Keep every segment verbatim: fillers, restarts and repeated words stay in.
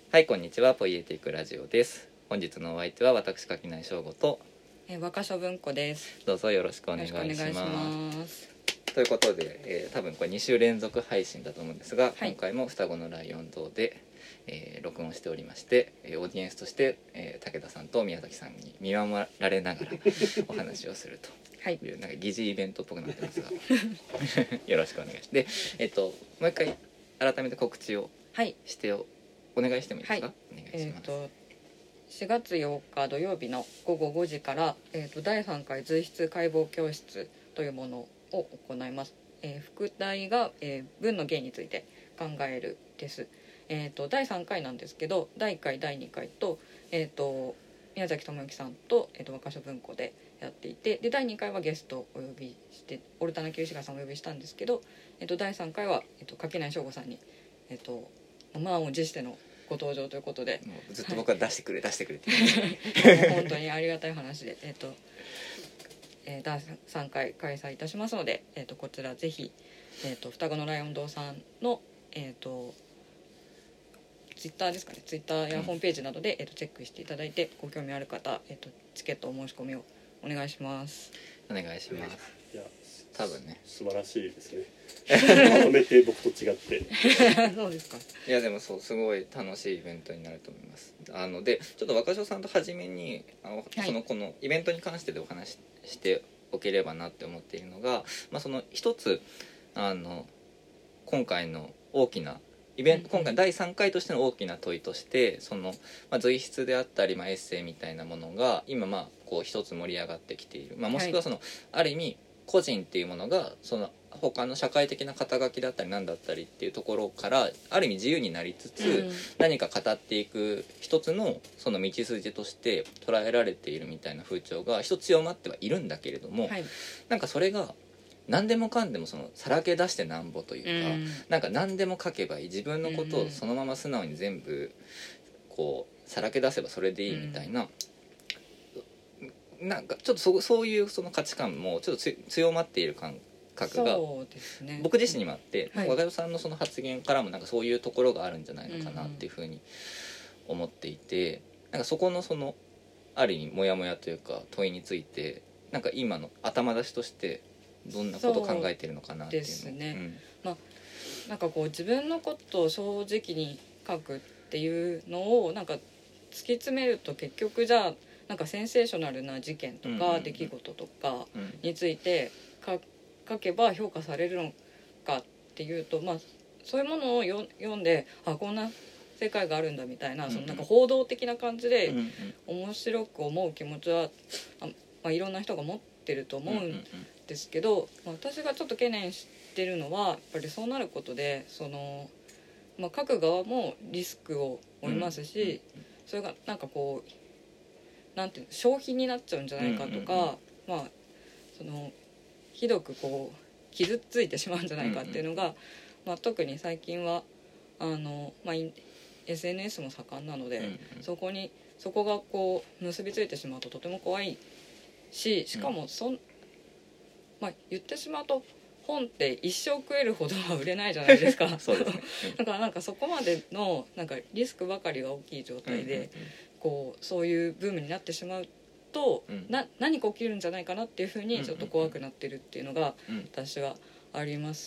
はい、こんにちは。ポイエティックラジオです。本日のお相手は私垣内翔吾と、 えー、若所文庫です。 どうぞよろしくお願いします。 よろしくお願いします。 ということで、えー、多分これに週連続配信だと思うんですが、 はい、 今回も双子のライオン堂で、えー、録音しておりまして、えー、オーディエンスとして、えー、武田さんと宮崎さんに見守られながらお話をするという、はい、なんか疑似イベントっぽくなってますがよろしくお願いします。で、えっともう一回改めて告知をしてお、はい、お願いしてもいいですか？はい、お願いします。えーとしがつようか土曜日のごごごじから、えー、とだいさんかい随筆解剖教室というものを行います。えー、副題が、えー、文の芸について考えるです。えー、とだいさんかいなんですけど、だいいっかいだいにかいと、えー、と宮崎智之さんと、えー、と若所文庫でやっていて、でだいにかいはゲストをお呼びしてオルタナ旧志賀さんをお呼びしたんですけど、えー、とだいさんかいは、えー、と垣内翔吾さんに、えー、と満を持してのご登場ということで、 もうずっと僕は出してくれ、はい、出してくれって本当にありがたい話で、えーとえー、だいさんかい開催いたしますので、えー、とこちらぜひ、えー、と双子のライオン堂さんの、えー、とツイッターですかね、ツイッターやホームページなどで、うんえー、とチェックしていただいて、ご興味ある方、えー、とチケットお申し込みをお願いします。 お願いします。いや多分ね素晴らしいですねまとめて僕と違ってそうですか。 いやでもそうすごい楽しいイベントになると思います。あのでちょっと若所さんと初めにあの、はい、そのこのイベントに関してでお話ししておければなって思っているのが、まあ、その一つあの今回の大きなイベント、今回だいさんかいとしての大きな問いとしてその、まあ、随筆であったり、まあ、エッセイみたいなものが今まあこう一つ盛り上がってきている、まあ、もしくはその、はい、ある意味個人っていうものがその他の社会的な肩書きだったり何だったりっていうところからある意味自由になりつつ、うん、何か語っていく一つのその道筋として捉えられているみたいな風潮が一つ強まってはいるんだけれども、はい、なんかそれが何でもかんでもそのさらけ出してなんぼというか、うん、なんか何でも書けばいい、自分のことをそのまま素直に全部こうさらけ出せばそれでいいみたいな、うん、なんかちょっと そ, そういうその価値観もちょっと強まっている感覚が僕自身にもあって、はい、若代さんのその発言からもなんかそういうところがあるんじゃないのかなっていうふうに思っていて、なんかそこのそのある意味モヤモヤというか問いについてなんか今の頭出しとしてどんなことを考えてるのかなっていうのですね、うん、まあなんかこう自分のことを正直に書くっていうのをなんか突き詰めると結局じゃあなんかセンセーショナルな事件とか出来事とかについて書書けば評価されるのかっていうと、まあそういうものをよ読んであこんな世界があるんだみたいな、そのなんか報道的な感じで面白く思う気持ちはあ、まあ、いろんな人が持ってると思うんですけど、まあ、私がちょっと懸念してるのはやっぱりそうなることでその、まあ、書く側もリスクを負いますし、それがなんかこうなんていうの消費になっちゃうんじゃないかとか、まあそのひどくこう傷ついてしまうんじゃないかっていうのが、まあ、特に最近はあの、まあ、エスエヌエス も盛んなので、そこにそこがこう結びついてしまうととても怖いし、しかもそん、まあ、言ってしまうと本って一生食えるほどは売れないじゃないですかそうですね、うん、 だからなんかそこまでのなんかリスクばかりが大きい状態で、こうそういうブームになってしまうと、うん、な何か起きるんじゃないかなっていうふうにちょっと怖くなってるっていうのが私はあります、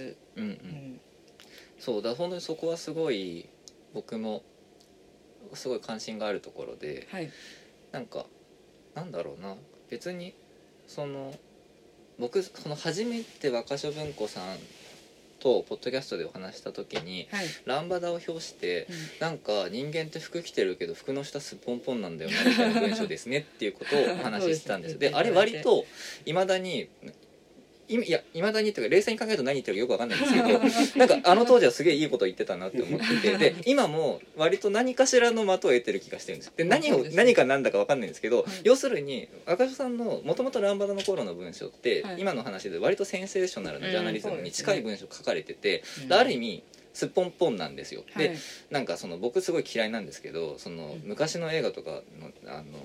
うんうんうん、そうだ本当にそこはすごい僕もすごい関心があるところで、はい、なんかなんだろうな別にその僕その初めて若所文庫さんとポッドキャストでお話した時に、はい、ランバダを表して、うん、なんか人間って服着てるけど服の下すっぽんぽんなんだよなみたいな文章ですねっていうことをお話ししてたんです。であれ割といまだにいや未だにっていうか冷静に考えると何言ってるかよく分かんないんですけどなんかあの当時はすげえいいこと言ってたなって思ってて、で今も割と何かしらの的を得てる気がしてるんです。で何を何か何だか分かんないんですけど、はい、要するに赤所さんのもともとランバダの頃の文章って、はい、今の話で割とセンセーショナルなジャーナリズムに近い文章書かれてて、うん、ある意味すっぽんぽんなんですよ。で、はい、なんかその僕すごい嫌いなんですけどその昔の映画とかのあの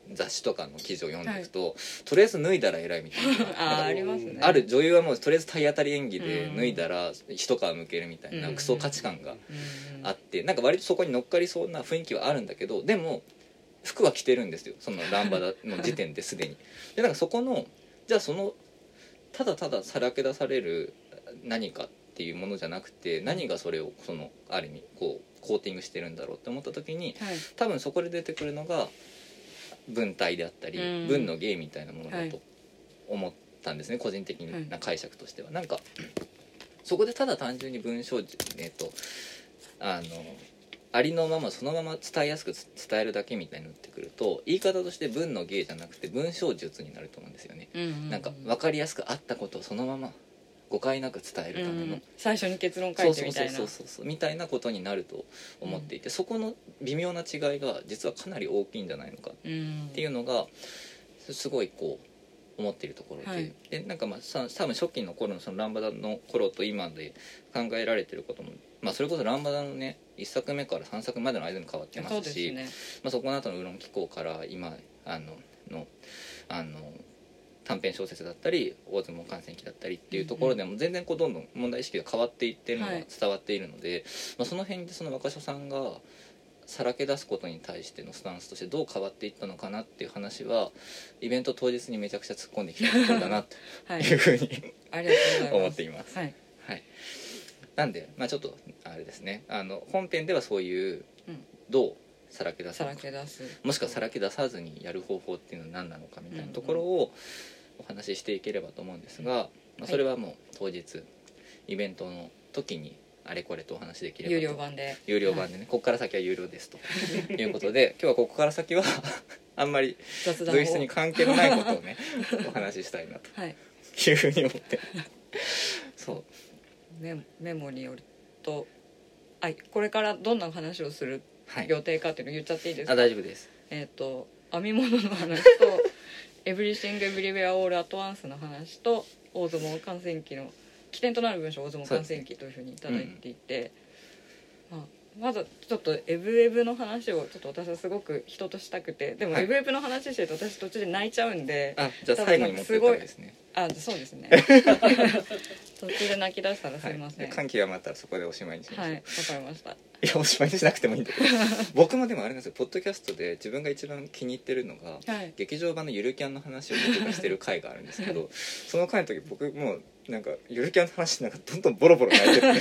雑誌とかの記事を読んでいくと、はい、とりあえず脱いだら偉いみたいなあありますね。 ある女優はもうとりあえず体当たり演技で脱いだら一皮むけるみたいなクソ価値観があって、なんか割とそこに乗っかりそうな雰囲気はあるんだけど、でも服は着てるんですよ、そのランバダの時点ですでに。でなんかそこのじゃあそのただたださらけ出される何かっていうものじゃなくて、何がそれをそのある意味こうコーティングしてるんだろうって思った時に、はい、多分そこで出てくるのが文体であったり、うん、文の芸みたいなものだと思ったんですね、はい、個人的な解釈としては。なんかそこでただ単純に文章えっとあのありのままそのまま伝えやすく伝えるだけみたいになってくると、言い方として文の芸じゃなくて文章術になると思うんですよね、うんうんうん、なんか分かりやすくあったことをそのまま誤解なく伝えるための、うん、 最初に結論書いてみたいなそうそうそうそうみたいなことになると思っていて、うん、そこの微妙な違いが実はかなり大きいんじゃないのかっていうのがすごいこう思っているところで、はい、でなんかまあさ多分初期の頃のそのランバダの頃と今で考えられてることも、まあ、それこそランバダのねいっさくめからさんさくまでの間に変わってますし、 そうですね、 まあ、そこの後のウーロン機構から今あののあの短編小説だったり大相撲観戦記だったりっていうところでも全然こうどんどん問題意識が変わっていってるのが伝わっているので、はい、まあ、その辺でその若所さんがさらけ出すことに対してのスタンスとしてどう変わっていったのかなっていう話はイベント当日にめちゃくちゃ突っ込んできたところだなというふうに思っています。はいはい、なんで、まあ、ちょっとあれですね、あの本編ではそういう、うん、どうさらけ出すのか、もしくはさらけ出さずにやる方法っていうのは何なのかみたいなところをお話ししていければと思うんですが、まあ、それはもう当日イベントの時にあれこれとお話できればと、 有料版で有料版でね、はい、ここから先は有料ですということで今日はここから先はあんまり随筆に関係のないことをねお話ししたいなというふうに思ってそうメ, メモによると、あ、これからどんな話をする予定かっていうの言っちゃっていいですか？ あ、大丈夫です。 えっと編み物の話とエブリシング・エブリウェア・オール・アット・ワンスの話と大相撲観戦記の起点となる文章大相撲観戦記というふうにいただいていて、うん、まあ、まずちょっとエブエブの話をちょっと私はすすごく人としたくて、でもエブエブの話してると私途中で泣いちゃうんで、 あ、じゃあ最後に持ってったらですね。 あ、そうですね途中で泣き出したらすいません、 はい、感極まったらそこでおしまいにしましょう。 はい、わかりました。 いや、おしまいにしなくてもいいんだけど僕もでもあれなんですよ、ポッドキャストで自分が一番気に入ってるのが、はい、劇場版のゆるキャンの話を僕がしてる回があるんですけどその回の時僕もうなんかゆるキャンの話なんかどんどんボロボロ泣いてて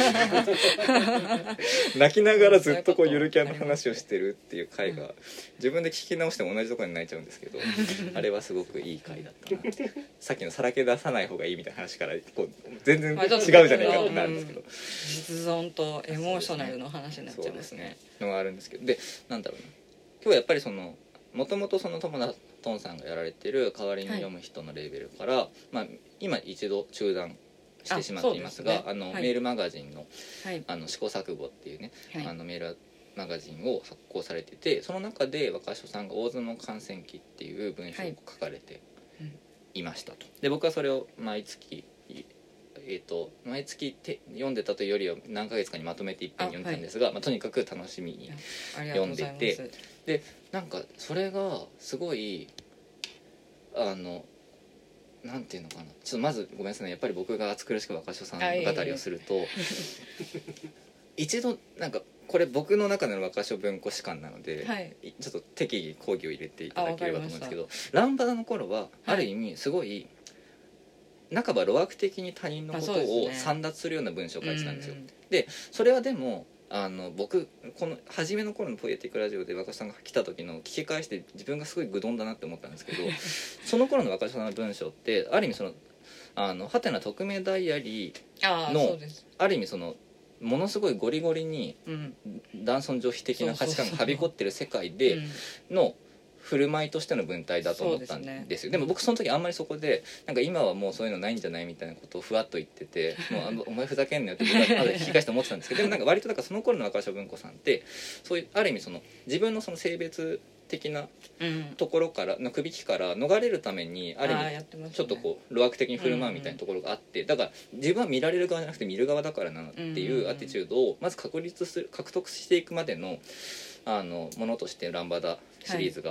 泣きながらずっとこうゆるキャンの話をしてるっていう回が自分で聞き直しても同じところに泣いちゃうんですけどあれはすごくいい回だったなってさっきのさらけ出さない方がいいみたいな話からこう全然違うじゃないかってなるんですけど、 実存とエモーショナルの話になっちゃいますね。 のがあるんですけど、でなんだろうな、今日はやっぱりそのもともとその友田トンさんがやられてる代わりに読む人のレーベルから、はい、まあ、今一度中断してしまっていますが、あ、ね、あの、はい、メールマガジンの、はい、あの試行錯誤っていうね、はい、あのメールマガジンを発行されてて、その中で若所さんが大相撲観戦記っていう文章を書かれていましたと。で僕はそれを毎月えー、と毎月て読んでたというよりは何ヶ月かにまとめていっぺんに読んでたんですが、はい、まあ、とにかく楽しみに読んでて、でなんかそれがすごいあのなんていうのかな、ちょっとまずごめんなさいね、やっぱり僕が暑苦しく若所さんの語りをすると一度なんかこれ僕の中での若所文庫史観なので、はい、ちょっと適宜講義を入れていただければと思うんですけど、ランバダの頃はある意味すごい、はい、半ば路悪的に他人のことを簒奪するような文章を書いてたんですよ。でそれはでもあの僕この初めの頃のポエティックラジオで若所さんが来た時の聞き返して自分がすごい愚鈍だなって思ったんですけどその頃の若所さんの文章ってある意味そのあのハテナ匿名ダイアリーの あ, ある意味そのものすごいゴリゴリに男尊女卑的な価値観がはびこってる世界での振る舞いとしての文体だと思ったんですよ。 で, ね、でも僕その時あんまりそこでなんか今はもうそういうのないんじゃないみたいなことをふわっと言っててもうお前ふざけんなよって僕は後で聞き返して思ってたんですけどでもなんか割とだからその頃の若所文庫さんってそういうある意味その自分のその性別的なところからの首引きから逃れるためにある意味ちょっとこう路悪的に振る舞うみたいなところがあってだから自分は見られる側じゃなくて見る側だからなっていうアティチュードをまず確立する獲得していくまでのあのものとしてランバダシリーズが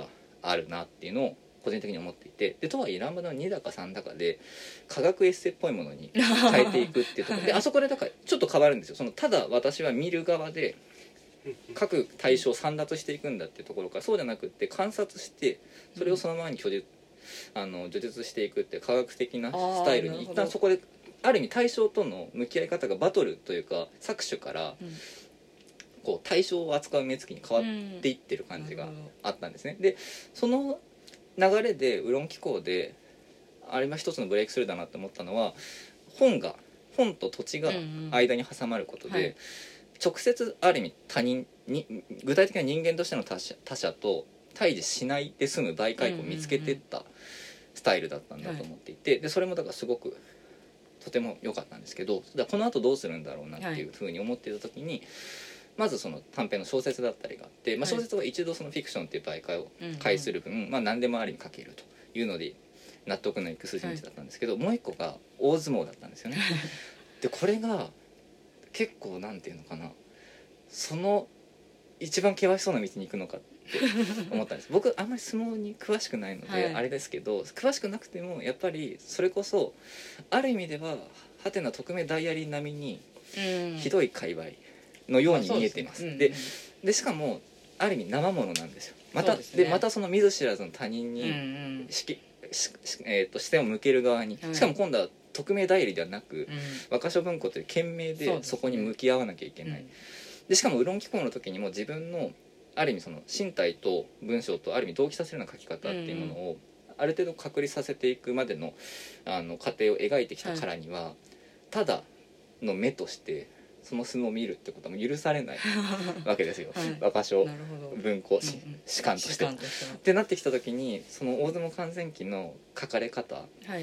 あるなっていうのを個人的に思っていて、でとはいえランバダのにだかさんだかで科学エッセイっぽいものに変えていくっていうところであそこでだからちょっと変わるんですよ。そのただ私は見る側で各対象を簒奪していくんだっていうところから、そうじゃなくって観察してそれをそのままに叙述あの叙述していくっていう科学的なスタイルに一旦そこである意味対象との向き合い方がバトルというか搾取からこう対象を扱う目つきに変わっていってる感じがあったんですね。でその流れでウロン機構であれは一つのブレイクスルーだなって思ったのは、本が本と土地が間に挟まることで、うんうんはい、直接ある意味他人に具体的な人間としての他者、他者と対峙しないで済む媒介を見つけてったスタイルだったんだと思っていて、でそれもだからすごくとても良かったんですけど、この後どうするんだろうなっていうふうに思っていた時に、はい、まずその短編の小説だったりがあって、まあ、小説は一度そのフィクションっていう媒介を介する分、うんうんまあ、何でもありに書けるというので納得のいく筋道だったんですけど、はい、もう一個が大相撲だったんですよねでこれが結構なんていうのかな、その一番険しそうな道に行くのかって思ったんです僕あんまり相撲に詳しくないので、はい、あれですけど詳しくなくてもやっぱりそれこそある意味ではハテナ匿名ダイアリー並みにひどい界隈のように見えています。で、で、でしかもある意味生ものなんですよ。また で,、ね、でまたその見ず知らずの他人に、うんうんしきしえー、と視線を向ける側に、しかも今度は匿名代理ではなく、うん、若書文庫という件名でそこに向き合わなきゃいけない。で、ねうん、でしかもウロン機構の時にも自分のある意味その身体と文章とある意味同期させるような書き方っていうものをある程度確立させていくまでの、あの過程を描いてきたからには、はい、ただの目としてその相撲を見るってことも許されないわけですよ、はい、若書文庫士官として、ってなってきた時にその大相撲完全期の書かれ方、はい、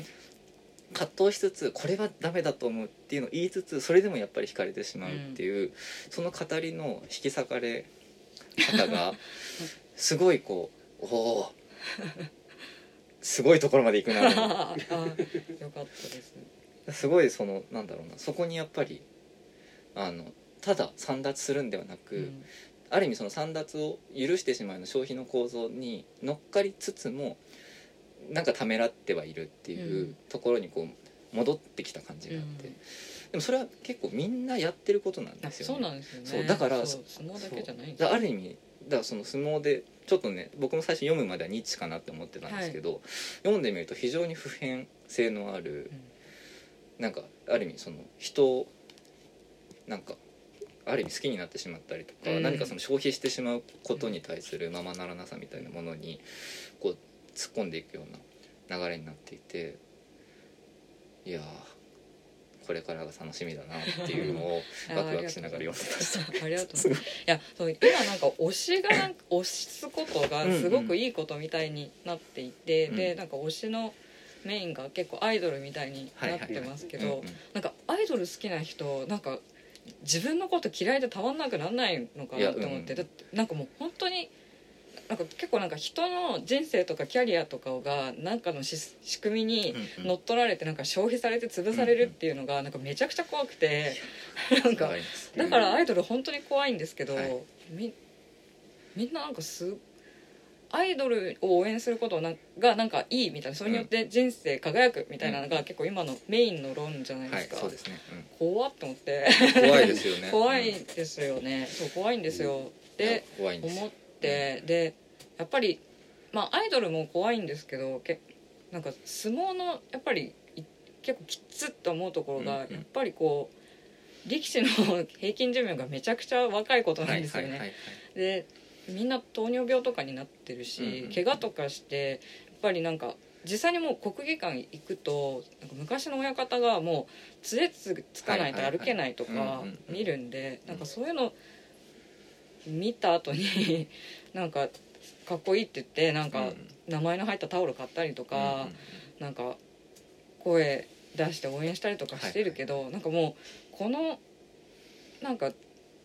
葛藤しつつこれはダメだと思うっていうのを言いつつそれでもやっぱり惹かれてしまうっていう、うん、その語りの引き裂かれ方がすごいこうおおすごいところまで行くなあよかったですすごいそのなんだろうな、そこにやっぱりあのただ簒奪するんではなく、うん、ある意味その簒奪を許してしまうの消費の構造に乗っかりつつもなんかためらってはいるっていうところにこう戻ってきた感じがあって、うん、でもそれは結構みんなやってることなんですよね。 そうなんですよね。 そうだからそう相撲だけじゃないんですよ。 ある意味だからその相撲でちょっとね僕も最初読むまではニッチかなって思ってたんですけど、はい、読んでみると非常に普遍性のある、うん、なんかある意味その人をなんかある意味好きになってしまったりとか、うん、何かその消費してしまうことに対するままならなさみたいなものにこう突っ込んでいくような流れになっていて、いやこれからが楽しみだなっていうのをワクワクしながら読んでましたありがとうございます。いやそう今なんか推しがなんか推すことがすごくいいことみたいになっていて、うんうん、でなんか推しのメインが結構アイドルみたいになってますけど、なんかアイドル好きな人なんか自分のこと嫌いでたまんなくならないのかなって思って、うん、だってなんかもう本当になんか結構なんか人の人生とかキャリアとかがなんかのし仕組みに乗っ取られてなんか消費されて潰されるっていうのがなんかめちゃくちゃ怖くてなんかだからアイドル本当に怖いんですけど、はい、み, みんななんかすアイドルを応援することがなんかいいみたいな、それによって人生輝くみたいなのが結構今のメインの論じゃないですか、 はい、そうですね、 うん、怖って思って怖いですよね怖いですよね、そう怖いんですよって思ってでやっぱりまあアイドルも怖いんですけどけなんか相撲のやっぱり結構きつっと思うところが、うんうん、やっぱりこう力士の平均寿命がめちゃくちゃ若いことなんですよね、はいはいはいはい、でみんな糖尿病とかになってるし、うんうん、怪我とかしてやっぱりなんか実際にもう国技館行くとなんか昔の親方がもう杖つつかないと歩けないとか見るんで、なんかそういうの見た後になんかかっこいいって言ってなんか名前の入ったタオル買ったりとか、なんか声出して応援したりとかしてるけど、なんかもうこのなんか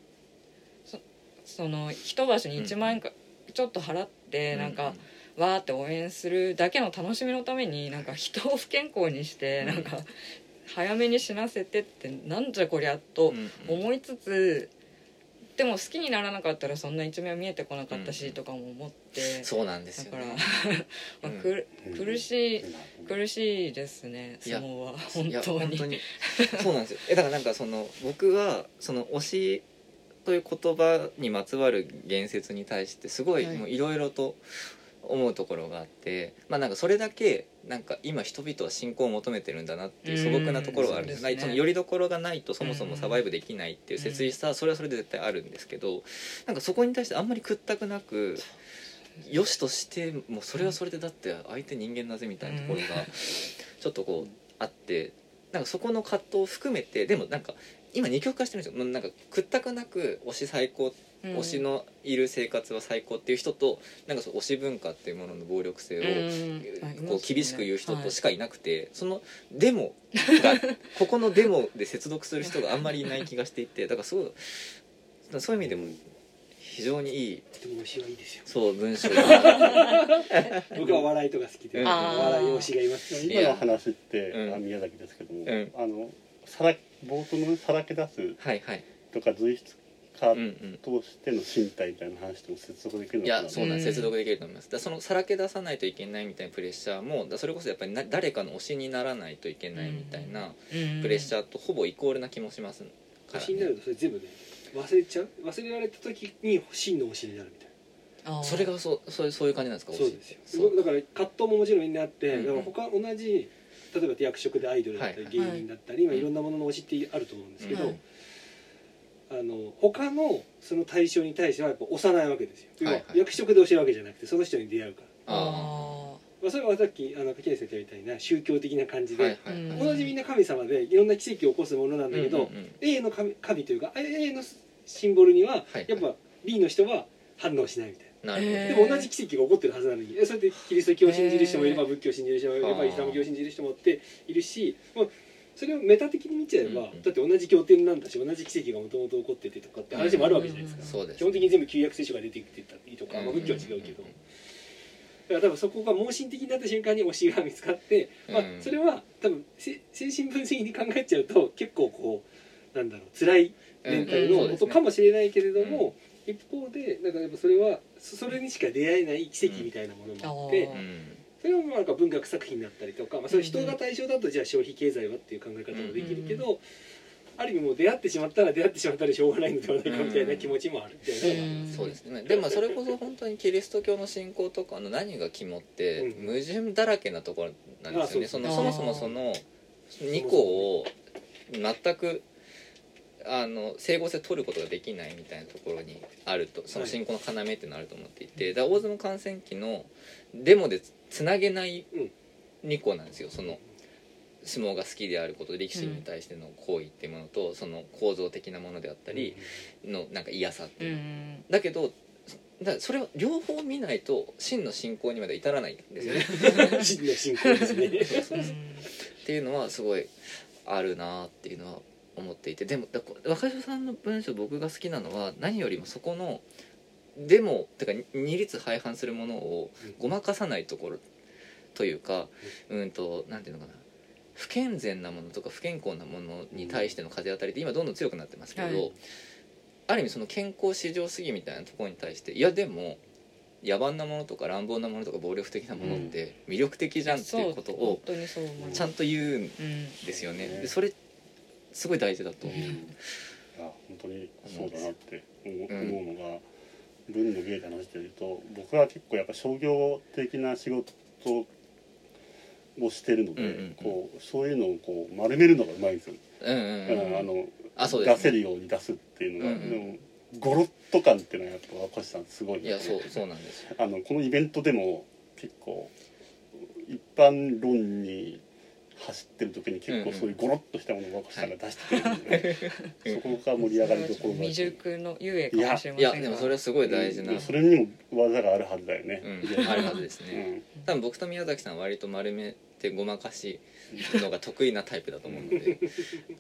その一場所にいちまん円かちょっと払ってなんかわーって応援するだけの楽しみのためになんか人を不健康にしてなんか早めに死なせてってなんじゃこりゃと思いつつでも好きにならなかったらそんな一面は見えてこなかったしとかも思って、 そうなんですよだからね。 まあく苦しい苦しいですね相撲は本いや当に本当にそうなんですよ。えだからなんかその僕はその推しという言葉にまつわる言説に対してすごいはいもういろいろと思うところがあって、まあなんかそれだけなんか今人々は信仰を求めてるんだなっていう素朴なところはあるんです。 うんそうですねその拠り所がないとそもそもサバイブできないっていう切実さはそれはそれで絶対あるんですけど、なんかそこに対してあんまり屈託なくよしとしてもそれはそれでだって相手人間だぜみたいなところがちょっとこうあって、なんかそこの葛藤を含めてでもなんか今二極化してるんですよ。なんか屈託なく推し最高、 うん推しのいる生活は最高っていう人と、なんかそう推し文化っていうものの暴力性をうんこう厳しく言う人としかいなくて、そのデモがここのデモで接続する人があんまりいない気がしていて、だからすごいそういう意味でも非常にいい、 でも推しはいいですよ。 そう文章が僕は笑いとか好きで、 うん笑い推しがいますよ。 いや今の話って、 うんあ宮崎ですけども、 うんあのさら冒頭のさらけ出すはいはい、 とか随筆家うんうんとしての身体みたいな話とも接続できるのいかな。 やそうなんです、 うん接続できると思います。だからそのさらけ出さないといけないみたいなプレッシャーもだそれこそやっぱりな誰かの推しにならないといけないみたいなプレッシャーとほぼイコールな気もしますから、 推しになるとそれ全部ね忘れちゃう忘れられた時に真の推しになるみたいあーそれがそうそうそういう感じなんですか。 なそうですよそうだから葛藤ももちろんみんなあって、 うんうんだから他同じ例えば役職でアイドルだったり、 はい芸人だったり、まあ、いろんなものの推しってあると思うんですけど、 はいあの他のその対象に対してはやっぱ押さないわけですよ、要ははいはい役職で教えるわけじゃなくてその人に出会うから、 あまあ、それはさっきあの柿谷先生みたいな宗教的な感じあはで、 いはいはい、 同じみんな神様でいろんな奇跡を起こすものなんだけど、 うんうんうん A の神神というか A のシンボルにははいやっぱ B の人は反応しないみたいな。 なるほど、 へーでも同じ奇跡が起こってるはずなのにえそれでキリスト教を信じる人もいればへー仏教を信じる人もいれはあばイスラム教を信じる人もっているし、もうそれをメタ的に見ちゃえば、 うんうんだって同じ経典なんだし同じ奇跡がもともと起こっててとかって話もあるわけじゃないですか、 そうです基本的に全部旧約聖書が出てきてたりとか、まあ、仏教は違うけど、だから多分そこが盲信的になった瞬間に推しが見つかって、まあうん、 それは多分せ精神分析に考えちゃうと結構こうなんだろう辛いメンタルうんうんのことかもしれないけれども、一方でなんかやっぱそれはそそれにしか出会えない奇跡みたいなものもあって、 うんうんそれはもうなんか文学作品だったりとか、まあ、そういう人が対象だとじゃあ消費経済はっていう考え方もできるけど、ある意味もう出会ってしまったら出会ってしまったらしょうがないのではないかみたいな気持ちもあるみたいなのがあります。 そうですね。でもそれこそ本当にキリスト教の信仰とかの何が肝ってうん矛盾だらけなところなんですよね。 あそうそのあーそもそもそのにこを全くあの整合性取ることができないみたいなところにあると、その信仰の要っていうのがあると思っていて、だから大相撲観戦記のデモでつなげないにこなんですよ。その相撲が好きであることで力士に対しての行為っていうものと、その構造的なものであったりのなんか嫌さっていうう、 んだけどだからそれを両方見ないと真の信仰にまで至らないんですよね真の信仰ですね。 っていうのはすごいあるなっていうのは思っていて、でもだ若者さんの文章僕が好きなのは何よりもそこのデモてか二律背反するものをごまかさないところというか、うんとなんていうのかな、不健全なものとか不健康なものに対しての風当たりって今どんどん強くなってますけど、 はいある意味その健康至上主義みたいなところに対していやでも野蛮なものとか乱暴なものとか暴力的なものって魅力的じゃんっていうことそう本を当にそう思いますちゃんと言うんうんですよね。 うんでそれすごい大事だと思う。 いや本当にそうだなって思う,、 うん思うのが文の芸で話してると、僕は結構やっぱ商業的な仕事をしてるので、 うんうんうんこうそういうのをこう丸めるのがうまいんですよ、 うんうんうんうんあのあそうですね出せるように出すっていうのが、 うんうんでもゴロッと感っていうのはやっぱ若星さんすごいいやそうそうなんですよ。 あのこのイベントでも結構一般論に走ってる時に結構そういうゴロッとしたものを若星さんが出してくれるので、そこが盛り上がりどころが未熟のゆえかもしれまいやせんがでもそれはすごい大事な、 うんそれにも技があるはずだよね、 うん、あるはずですうね。 ん多分僕と宮崎さんは割と丸めてごまかしのが得意なタイプだと思うので、うん、そうなんですよ。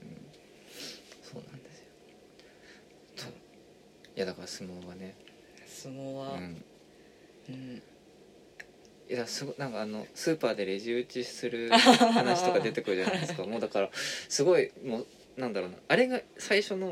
そういやだから相撲はね、 相撲は、 うんうんいやすごなんかあのスーパーでレジ打ちする話とか出てくるじゃないですかもうだからすごいもうなんだろうな、あれが最初の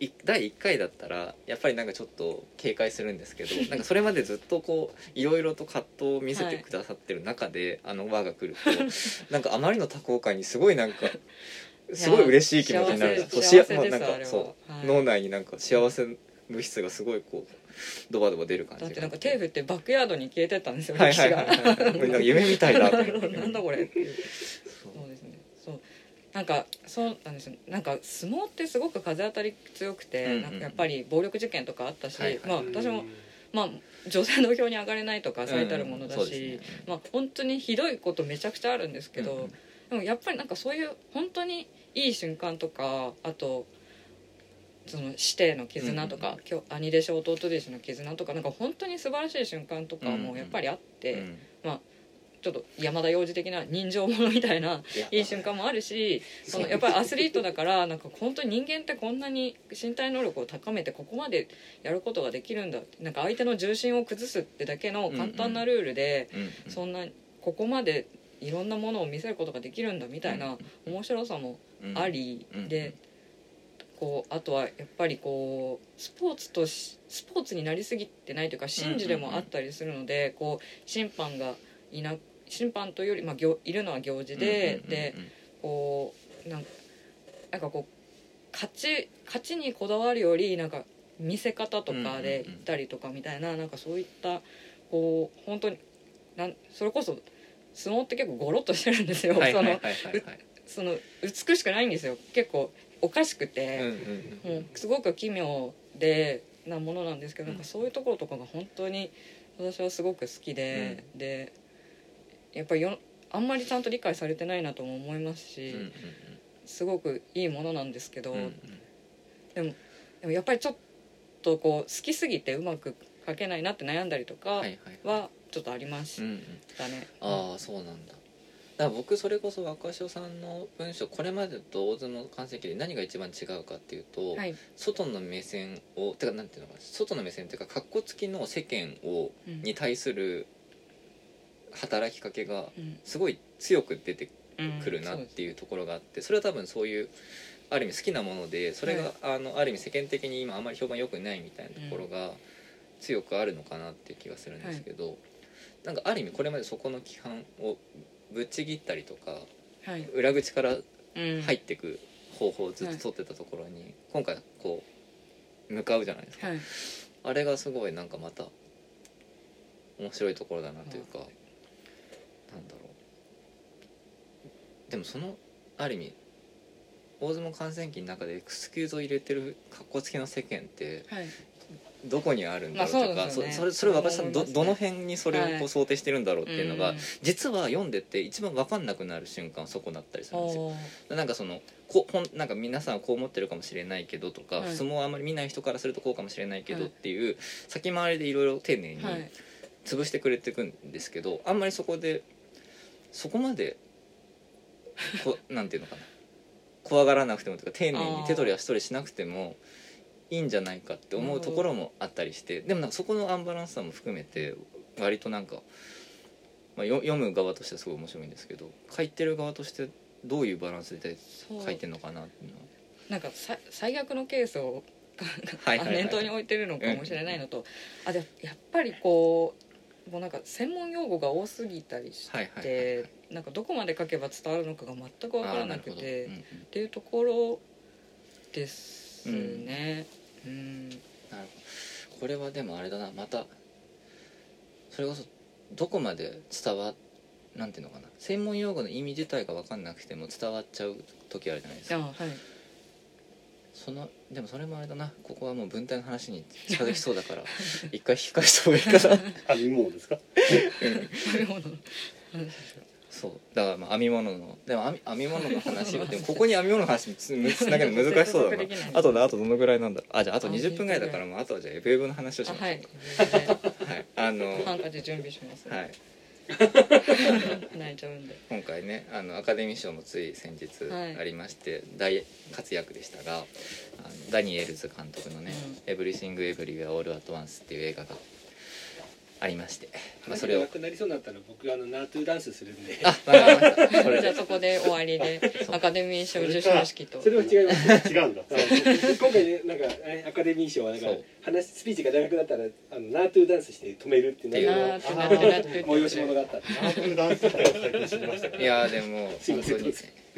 だいいっかいだったらやっぱりなんかちょっと警戒するんですけどなんかそれまでずっとこういろいろと葛藤を見せてくださってる中で、はい、あの輪が来るとなんかあまりの多幸感にすごいなんかすごい嬉しい気持ちになるんです幸せそうですなんかそう、 はい、 脳内になんか幸せ物質がすごいこうドバドバ出る感じがだってなんか手振ってバックヤードに消えてったんですよはいはいはい、はい、なんか夢みたいだと思ってなんだこれっていうそうですねそうなんかそうなんですよなんか相撲ってすごく風当たり強くて、うんうん、なんかやっぱり暴力事件とかあったし、はいはい、まあ私もまあ女性の票に上がれないとか最たるものだし、うんねまあ、本当にひどいことめちゃくちゃあるんですけど、うんうん、でもやっぱりなんかそういう本当にいい瞬間とかあとその師弟の絆とか、うんうん、兄弟子弟弟子の絆とかなんか本当に素晴らしい瞬間とかもやっぱりあって、うんうん、まあちょっと山田洋次的な人情ものみたいないい瞬間もあるしそのやっぱりアスリートだからなんか本当に人間ってこんなに身体能力を高めてここまでやることができるんだなんか相手の重心を崩すってだけの簡単なルールで、うんうん、そんなここまでいろんなものを見せることができるんだみたいな面白さもあり、うんうん、でこうあとはやっぱりこうスポーツとスポーツになりすぎてないというか神事でもあったりするのでこう審判がいな審判というより、まあ、いるのは行事で、うんうんうんうん、でこうなんなんかこう勝ち勝ちにこだわるよりなんか見せ方とかで行ったりとかみたいな、うんうんうん、なんかそういったこう本当になんそれこそ相撲って結構ゴロッとしてるんですよ。その美しくないんですよ。結構おかしくて、うんうんうん、もうすごく奇妙でなものなんですけど、うん、なんかそういうところとかが本当に私はすごく好きで、うん、でやっぱりよあんまりちゃんと理解されてないなとも思いますし、うんうんうん、すごくいいものなんですけど、うんうん、でも、でもやっぱりちょっとこう好きすぎてうまく書けないなって悩んだりとかはちょっとありましたね。 うんうん、ああそうなんだ。だから僕それこそ若潮さんの文章これまでと大相撲観戦記で何が一番違うかっていうと、はい、外の目線をてかなんていうのかな外の目線っていうかカッコつきの世間を、うん、に対する働きかけがすごい強く出てくるなっていうところがあって、それは多分そういうある意味好きなものでそれが、はい、あのある意味世間的に今あんまり評判良くないみたいなところが強くあるのかなっていう気がするんですけど、はい、なんかある意味これまでそこの規範をぶっちぎったりとか、はい、裏口から入っていく方法をずっと取ってたところに、はい、今回こう向かうじゃないですか、はい、あれがすごいなんかまた面白いところだなというか、なんだろうでもそのある意味大相撲観戦記の中でエクスキューズを入れてる格好つきの世間って、はい、どこにあるんだろうとか、まあ そ, う、ね、そ, それそれ私は ど, どの辺にそれをこう想定してるんだろうっていうのが、はい、実は読んでて一番分かんなくなる瞬間はそこだったりするんですよ。なんかそのこほんなんか皆さんはこう思ってるかもしれないけどとか、はい、相撲をあんまり見ない人からするとこうかもしれないけどっていう、はい、先回りでいろいろ丁寧に潰してくれていくんですけど、あんまりそこでそこまでこなんていうのかな怖がらなくてもとか丁寧に手取り足取りしなくてもいいんじゃないかって思うところもあったりして、でもなんかそこのアンバランスさも含めて割となんか、まあ、読む側としてはすごい面白いんですけど、書いてる側としてどういうバランスで書いてるのかなっていうのはなんかさ最悪のケースを念頭に置いてるのかもしれないのと、うん、あでやっぱりこうもうなんか専門用語が多すぎたりして、はいはいはいはい、なんかどこまで書けば伝わるのかが全く分からなくて、うんうん、っていうところですね、うん、うん、 なるほど。これはでもあれだな、またそれこそどこまで伝わなんていうのかな専門用語の意味自体が分かんなくても伝わっちゃう時あるじゃないですか。あ、はい、そのでもそれもあれだな、ここはもう文体の話に近づきそうだから一回引き返した方がいいかな。 編み物ですか？ 編み物そうだからまあ編み物のでも編み、編み物の話をでもここに編み物の話つなげるの難しそうだな。あとあとどのぐらいなんだろう。あじゃああとにじゅっぷんぐらいだからもうあとはじゃあエブエブの話をしましょう。はい、はい、あのハンカチ準備します、ね、はい泣いちゃうんで。 今回ねあのアカデミー賞もつい先日ありまして、はい、大活躍でしたが、あのダニエルズ監督のね、うん、エブリシングエブリウェアオールアットワンスっていう映画がありまして、まあ、そそれれをなくなりそうになったら僕あのナートゥダンスするんであわかりましたそれじゃあでそこで終わりでアカデミー賞授賞式とそれは違います違うんだ。 今回ねなんかえアカデミー賞はなんかそう話スピーチが長くなったらあのナートゥダンスして止めるっていうなーってなってなってって催し物があったんでナートゥダンス自体は最近知りましたけど。 いやーでもすいません本当に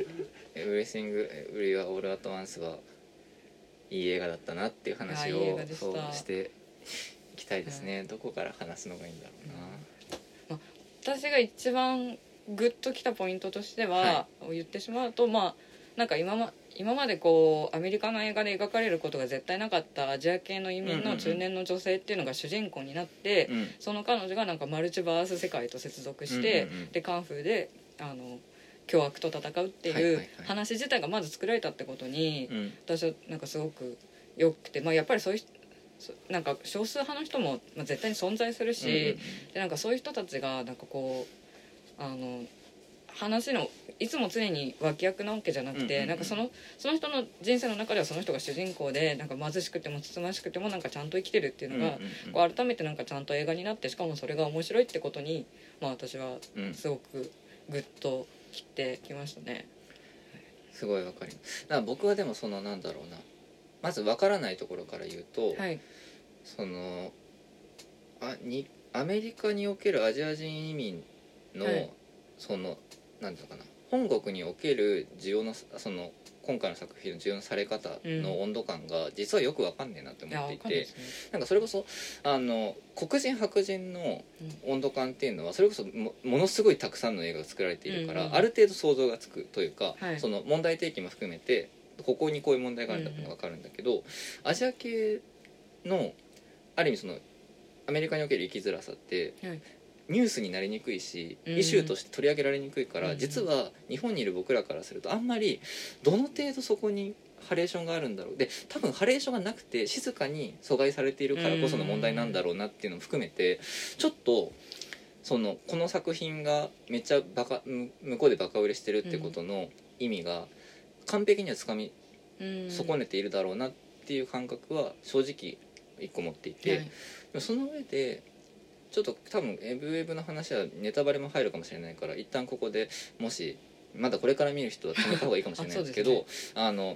「エブリシング・エブリはオール・アット・ワンス」はいい映画だったなっていう話いやいい映を画でしたそうしていきたいですね、どこから話すのがいいんだろうな、 私が一番グッときたポイントとしては、 は言ってしまうとまあなんか今ま今までこうアメリカの映画で描かれることが絶対なかったアジア系の移民の中年の女性っていうのが主人公になって、 うんその彼女がなんかマルチバース世界と接続して、 うんうんうんでカンフーであの凶悪と戦うっていうはいはいはい話自体がまず作られたってことに、 うん私はなんかすごくよくて、まあ、やっぱりそういうそなんか少数派の人もまあ絶対に存在するし、でなんかそういう人たちがなんかこうあの話のいつも常に脇役なわけじゃなくて、 うんうんうんなんかそのその人の人生の中ではその人が主人公でなんか貧しくてもつつましくてもなんかちゃんと生きてるっていうのが、 うんうんうんこう改めてなんかちゃんと映画になってしかもそれが面白いってことに、まあ、私はうんすごくグッときてきましたね。 すごいわかります。だから僕はでもそのなんだろうな、まずわからないところから言うと、 はいそのあにアメリカにおけるアジア人移民の、 はいそのなんていうのかな、本国における需要のその今回の作品の需要のされ方の温度感が実はよくわかんねえなっていや思っていて、 わかんないですね。 なんかそれこそあの黒人白人の温度感っていうのはそれこそ も, ものすごいたくさんの映画が作られているから、 うんうんある程度想像がつくというか、 はいその問題提起も含めてここにこういう問題があるんだっていうのが分かるんだけど、アジア系のある意味そのアメリカにおける生きづらさって、 はいニュースになりにくいし、 うんイシューとして取り上げられにくいから、 うん実は日本にいる僕らからするとあんまりどの程度そこにハレーションがあるんだろう、で多分ハレーションがなくて静かに阻害されているからこその問題なんだろうなっていうのも含めて、ちょっとそのこの作品がめっちゃバカむ向こうでバカ売れしてるってことの意味が完璧にはつかみうん損ねているだろうなっていう感覚は正直一個持っていて、 はいでもその上でちょっと多分エブエブの話はネタバレも入るかもしれないから一旦ここでもしまだこれから見る人は止めた方がいいかもしれないんですけどあそうであの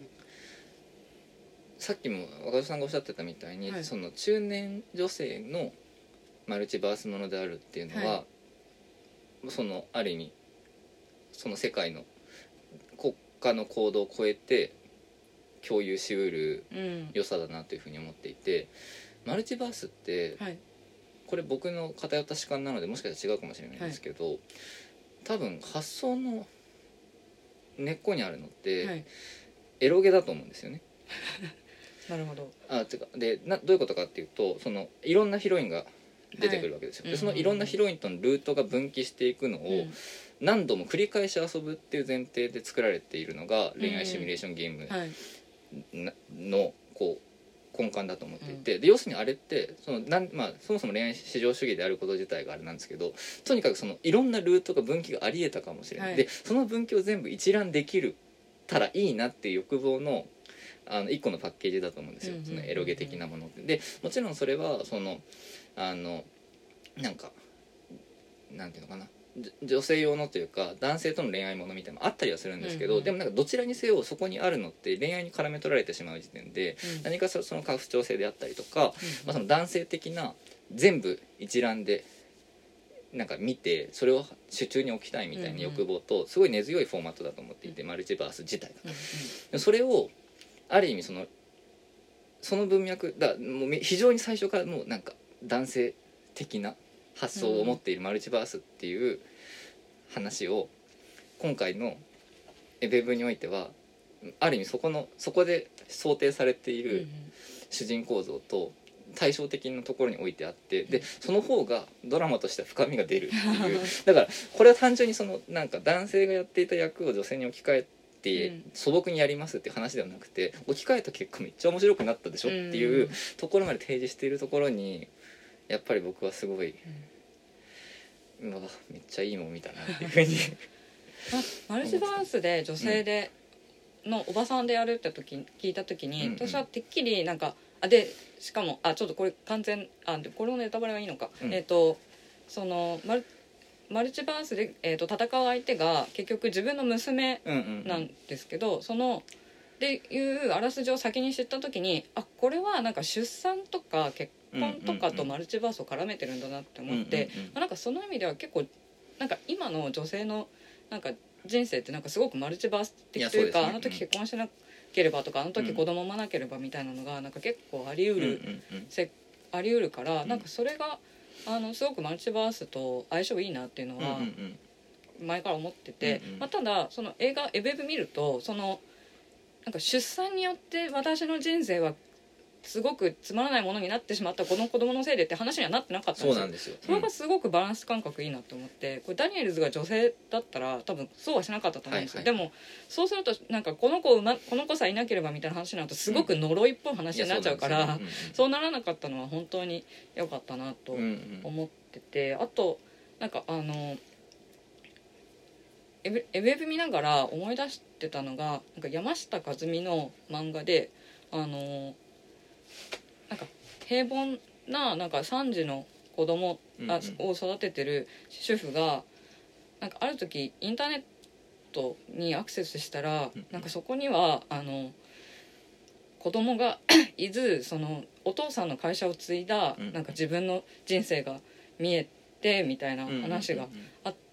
さっきも若田さんがおっしゃってたみたいに、 はい、 その中年女性のマルチバースものであるっていうのは、 はそのある意味その世界の国家の行動を超えて共有しうるうん良さだなというふうに思っていて、マルチバースってはいこれ僕の偏った主観なのでもしかしたら違うかもしれないんですけど、多分発想の根っこにあるのって、 はいエロゲだと思うんですよね。 なるほど。 あてかでなどういうことかっていうと、そのいろんなヒロインが出てくるわけですよ、 はいでそのいろんなヒロインとのルートが分岐していくのをうん何度も繰り返し遊ぶっていう前提で作られているのが恋愛シミュレーションゲームはいなのこう根幹だと思っていて、で要するにあれってそのなん、まあ、そもそも恋愛至上主義であること自体があれなんですけど、とにかくそのいろんなルートが分岐がありえたかもしれない、 はいでその分岐を全部一覧できるたらいいなっていう欲望のあの一個のパッケージだと思うんですよ、 うんうんうんうんそのエロゲ的なものってでもちろんそれはそのあのなんかなんていうのかなじ女性用のというか男性との恋愛ものみたいなのもあったりはするんですけど、 うんうんでもなんかどちらにせよそこにあるのって恋愛に絡め取られてしまう時点で、 うん何かしらその過不調性であったりとか、 うんまあ、その男性的な全部一覧でなんか見てそれを手中に置きたいみたいな欲望とすごい根強いフォーマットだと思っていて、マルチバース自体が。 うんでそれをある意味そのその文脈だもうめ非常に最初からもうなんか男性的な発想を持っているマルチバースっていう話を今回のエベブにおいてはある意味そこのそこで想定されていうんうんる主人公像と対照的なところに置いてあって、でその方がドラマとしては深みが出るっていうだからこれは単純にそのなんか男性がやっていた役を女性に置き換えてうん素朴にやりますっていう話ではなくて、置き換えた結果めっちゃ面白くなったでしょっていうところまで提示しているところにやっぱり僕はすごい、うわめっちゃいいもん見たなっていうふうにマルチバースで女性でのおばさんでやるって時聞いた時に、 うんうん私はてっきりなんかあでしかもあちょっとこれ完全あでこれのネタバレはいいのか、 うん、 えっ、ー、とそのマルマルチバースで、えー、と戦う相手が結局自分の娘なんですけど、うんうんうん、そのっていうあらすじを先に知った時にあこれはなんか出産とか結婚とかとマルチバースを絡めてるんだなって思って、うんうんうん、まあ、なんかその意味では結構なんか今の女性のなんか人生ってなんかすごくマルチバース的というか、いやそうですね、あの時結婚しなければとかあの時子供産まなければみたいなのがなんか結構あり得る、うんうんうん、あり得るから、なんかそれがあのすごくマルチバースと相性いいなっていうのは前から思ってて、うんうん、まあ、ただその映画エベブ見るとそのなんか出産によって私の人生はすごくつまらないものになってしまったこの子供のせいでって話にはなってなかったんですよ。そうなんですよ、うん、それがすごくバランス感覚いいなと思って、これダニエルズが女性だったら多分そうはしなかったと思うんですよ、はいはい、でもそうするとなんかこの子、ま、この子さえいなければみたいな話になるとすごく呪いっぽい話になっちゃうから、うん、そう, うそうならなかったのは本当に良かったなと思ってて、あとなんかあのエブエブ見ながら思い出してたのがなんか山下和美の漫画であのなんか平凡な、なんかさん児の子供を育ててる主婦がなんかある時インターネットにアクセスしたらなんかそこにはあの子供がいずそのお父さんの会社を継いだなんか自分の人生が見えてみたいな話があって、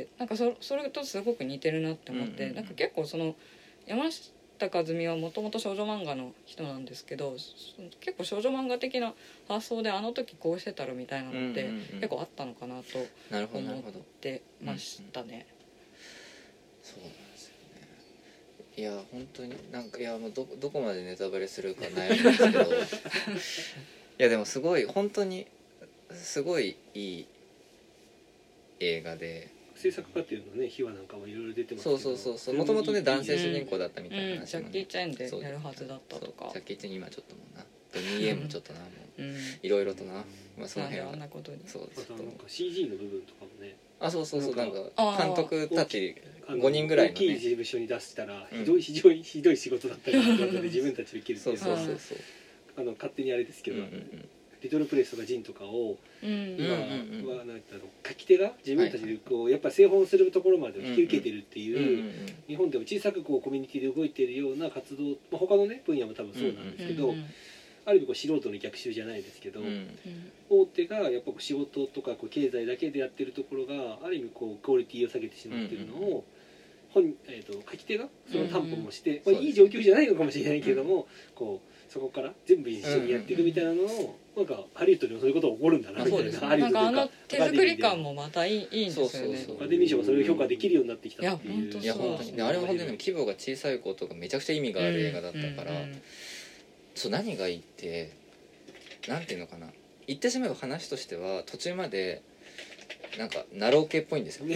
なんか そ, それとすごく似てるなって思って、なんか結構その山下和美はもともと少女漫画の人なんですけど、結構少女漫画的な発想であの時こうしてたらみたいなのって結構あったのかなと思ってましたね。 そうなんですよね。いや本当になんかいやもう ど, どこまでネタバレするか悩むんですけどいやでもすごい本当にすごいいい映画で、 制作家っていうのね秘話なんかもいろいろ出てますけど、 そうそうそうもともとね男性主人公だったみたいな話も、ね、 うん、ジャッキー・チェンでやるはずだったとか、 ジャッキー・チェン今ちょっともうなドニー・エもちょっとなもういろいろとな、まあ、その辺はなんであんなことにそうですなんか シージー の部分とかもね、 あそうそうそうなんか監督たちごにんぐらいの、ね、 大きい事務所に出したらひどい、非常にひどい仕事だったりとかで自分たちできるっていうそうそうそうそうあの勝手にあれですけど、うんうんうん、リトルプレスとかジンとかを、うん、今はなんだろう書き手が自分たちでこうやっぱり製本するところまで引き受けてるっていう、うんうん、日本でも小さくこうコミュニティで動いているような活動、まあ、他のね分野も多分そうなんですけど、うんうん、ある意味こう素人の逆襲じゃないですけど、うん、大手がやっぱこう仕事とかこう経済だけでやってるところがある意味こうクオリティを下げてしまっているのを、本、えー、と書き手がその担保もして、うんうん、まあ、いい状況じゃないのかもしれないけれども、うん、こうそこから全部一緒にやっていくみたいなのを、なんかハリウッドでもそういうことが起こるんだなみたいな、ハリウッドというかなんかあの手作り感もまたいい、いいんですよね。 アカデミー賞がそれを評価できるようになってきたっていう。 いや本当にあれは本当に規模が小さいことがめちゃくちゃ意味がある映画だったから、うんうんうん、そう何がいいってなんていうのかな、言ってしまえば話としては途中までなんかナロー系っぽいんですよ、うん、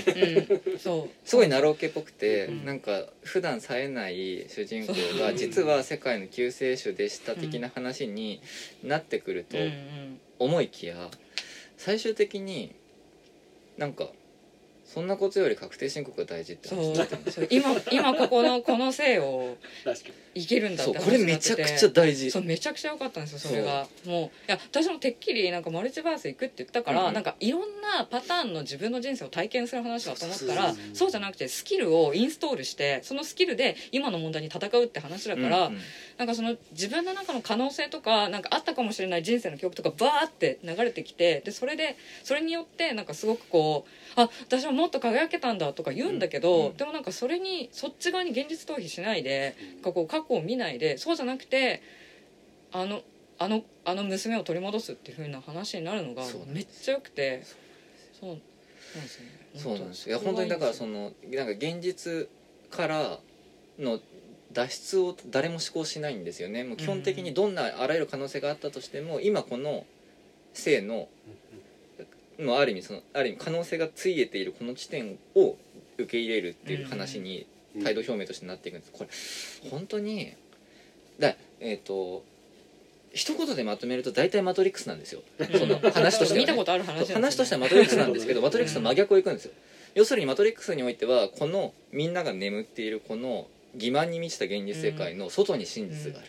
そうすごいナロー系っぽくて、うん、なんか普段冴えない主人公が実は世界の救世主でした的な話になってくると思いきや、最終的になんかそんなことより確定申告が大事って話になってるんですよ。 今今ここのこの性をいけるんだって話になってて、そうこれめちゃくちゃ大事。 そうめちゃくちゃ良かったんですよそれが。もういや私もてっきりなんかマルチバース行くって言ったから、うん、なんかいろんなパターンの自分の人生を体験する話だと思ったら、そうじゃなくてスキルをインストールしてそのスキルで今の問題に戦うって話だから、うんうん、なんかその自分の中の可能性とかなんかあったかもしれない人生の記憶とかバーって流れてきて、でそれでそれによってなんかすごくこうあ私はもっと輝けたんだとか言うんだけど、うんうん、でもなんかそれにそっち側に現実逃避しないで、うん、こう過去を見ないで、そうじゃなくてあのあのあの娘を取り戻すっていう風な話になるのがめっちゃよくて、そうなんですね。 そうなんですよ。いや本当にだからそのなんか現実からの脱出を誰も思考しないんですよね。もう基本的にどんなあらゆる可能性があったとしても、今この性ののある意味そのある意味可能性がついえているこの地点を受け入れるっていう話に態度表明としてなっていくんです。これ本当にだえっと一言でまとめると大体マトリックスなんですよ。その話としては、ね、 見たことある話、 話としてはマトリックスなんですけど、マトリックスの真逆をいくんですよ。要するにマトリックスにおいてはこのみんなが眠っているこの欺瞞に満ちた現実世界の外に真実がある、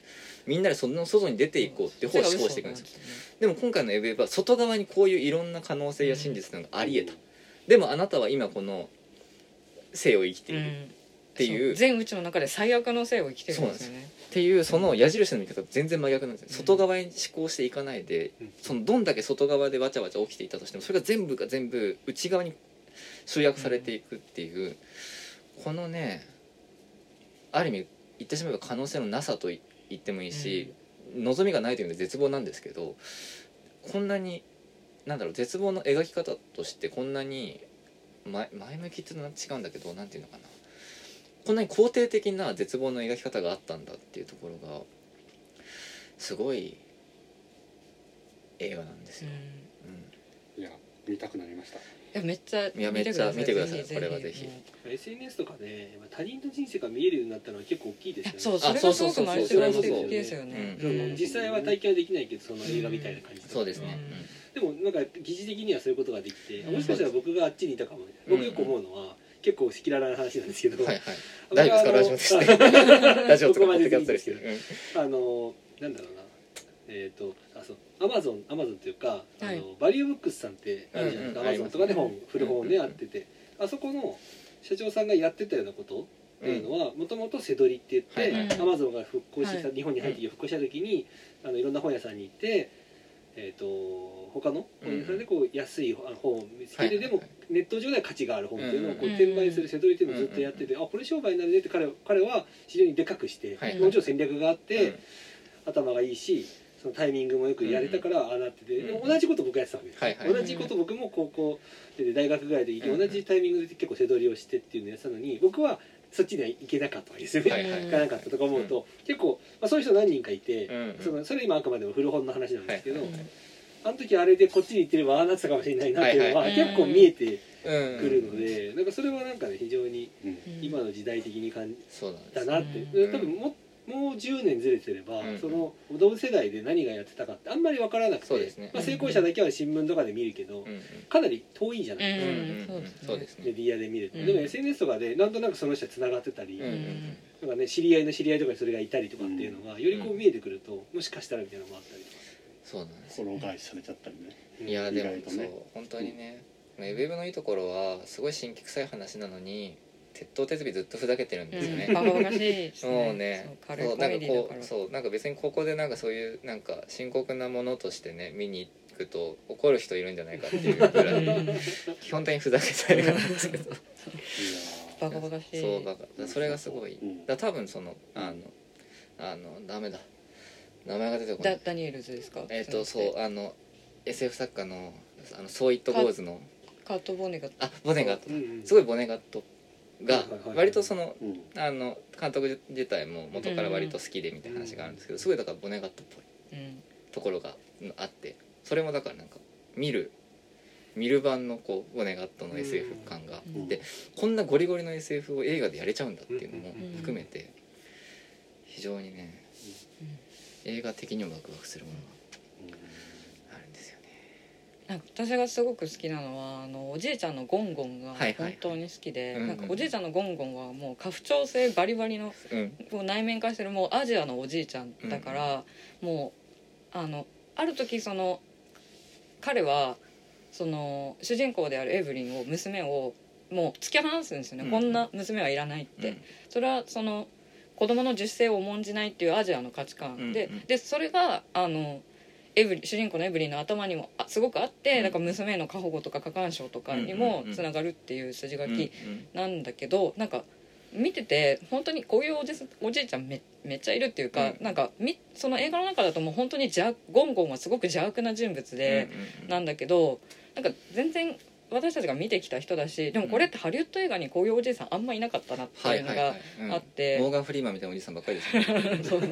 みんなでその外に出ていこうっていう方を思考していくんですよ。でも今回のエブエブは外側にこういういろんな可能性や真実なのがありえた、でもあなたは今この生を生きているっていう、 全宇宙の中で最悪の生を生きてるんですよねっていうその矢印の見方全然真逆なんですよ。外側に思考していかないで、そのどんだけ外側でわちゃわちゃ起きていたとしてもそれが全部が全部内側に集約されていくっていう、このねある意味言ってしまえば可能性のなさと言ってもいいし、望みがないというので絶望なんですけど、こんなになんだろう絶望の描き方としてこんなに前前向きっていうのは違うんだけど、なんていうのかな、こんなに肯定的な絶望の描き方があったんだっていうところがすごい映画なんですよ、 うん、いや見たくなりました。 いやめっちゃいやめっちゃ見てください。これはぜひエスエヌエス とかで他人の人生が見えるようになったのは結構大きいですよね。 そう、それがすごくマイクロス的ですよね。 その実際は体験はできないけどその映画みたいな感じで、 そうですね、 でもなんか疑似的にはそういうことができて、もしかしたら僕があっちにいたかも、僕よく思うのは結構赤裸々な話なんですけど、 はいはい、大丈夫ですかラジオですねラジオとかポッドキャストですけど、 あのなんだろうな、えっとあそうアマゾンアマゾンというか、あのバリューブックスさんってあるじゃないですか、アマゾンとかで本古本でやってて、あそこの社長さんがやってたようなことっていうのはもともと背取りって言ってアマゾンが復興してた、日本に入って復興した時にあのいろんな本屋さんに行って、えー、と他の本屋さんでこう安い本を見つけて、でもネット上では価値がある本っていうのをこう転売する背取りっていうのをずっとやってて、あこれ商売になるねって彼彼は非常にでかくして、もちろん戦略があって、頭がいいしそのタイミングもよくやれたからああなってて、でも同じこと僕やってたわけです、はいはい、同じこと僕も高校で大学ぐらいで行き、同じタイミングで結構背取りをしてっていうのをやってたのに、僕はそっちには行けなかったわけですよね、はいはい、行かなかったとか思うと、結構、まあ、そういう人何人かいて、うん、そのそれ今あくまでも古本の話なんですけど、はいはい、あの時あれでこっちに行ってればああなってたかもしれないなっていうのは結構見えてくるので、なんかそれはなんかね非常に今の時代的に感じたなって、多分ももうじゅうねんずれてれば、うん、その同世代で何がやってたかってあんまり分からなくて、ね、まあ、成功者だけは新聞とかで見るけど、うん、かなり遠いじゃないですか、メディアで見ると、うん、でも エスエヌエス とかでなんとなくその人はつながってたり、うん、なんかね、知り合いの知り合いとかにそれがいたりとかっていうのがよりこう見えてくると、もしかしたらみたいなのもあったりとか、 そうなんですフォロー返しされちゃったりね。 いやでもそう本当にね、ウェブのいいところはすごい神経臭い話なのに鉄頭鉄尾ずっとふざけてるんですよね。 バカバカしいですね。 もうね、そうなんかこうそうなんか別にここでなんかそういうなんか深刻なものとしてね見に行くと怒る人いるんじゃないかっていうぐらい基本的にふざけた映画なんですけど。 バカバカしい。 そうバカ。それがすごい。だ多分そのあのあのダメだ。名前が出てこない。 ダ, ダニエルズですか。 えっ、ー、とそうあの エスエフ 作家のあのソーイットゴーズのカート・ボネガット。 あボネガット、うんうん、すごいボネガットが割とその、うん、あの監督自体も元から割と好きでみたいな話があるんですけど、すごいだからボネガットっぽいところがあって、それもだからなんか見る見る版のこうボネガットの エスエフ 感が、うん、でこんなゴリゴリの エスエフ を映画でやれちゃうんだっていうのも含めて非常にね、うん、映画的にもワクワクするものがあるんですよね。 なんか私がすごく好きなのはあのおじいちゃんのゴンゴンが本当に好きで、なんかおじいちゃんのゴンゴンはもう家父長制バリバリの、うん、もう内面化してるもうアジアのおじいちゃんだから、うん、もうあのある時その彼はその主人公であるエブリンを娘をもう突き放すんですよね、うん、こんな娘はいらないって、うん、それはその子供の自主性を重んじないっていうアジアの価値観で、うんうん、でそれがあのエブリ主人公のエブリンの頭にもすごくあって、うん、なんか娘の過保護とか過干渉とかにもつながるっていう筋書きなんだけど、なんか見てて本当にこういうお じ, おじいちゃん め, めっちゃいるっていうか、うん、なんかその映画の中だともう本当に邪ゴンゴンはすごく邪悪な人物で、うんうん、なんだけどなんか全然私たちが見てきた人だし、でもこれってハリウッド映画にこういうおじいさんあんまいなかったなっていうのがあって、 モーガン・フリーマンみたいなおじいさんばっかりですね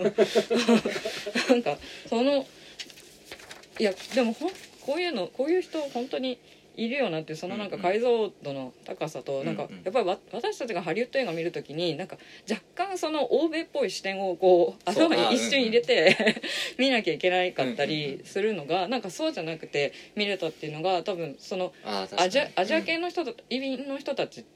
なんかそのいやでもほんこういうのこういう人本当にいるよなっていう、そのなんか解像度の高さと、なんかやっぱりわ私たちがハリウッド映画見るときになんか若干その欧米っぽい視点をこう頭に一瞬入れて見なきゃいけないかったりするのが、なんかそうじゃなくて見れたっていうのが多分そのアジア、アジア系の人と移民の人たちって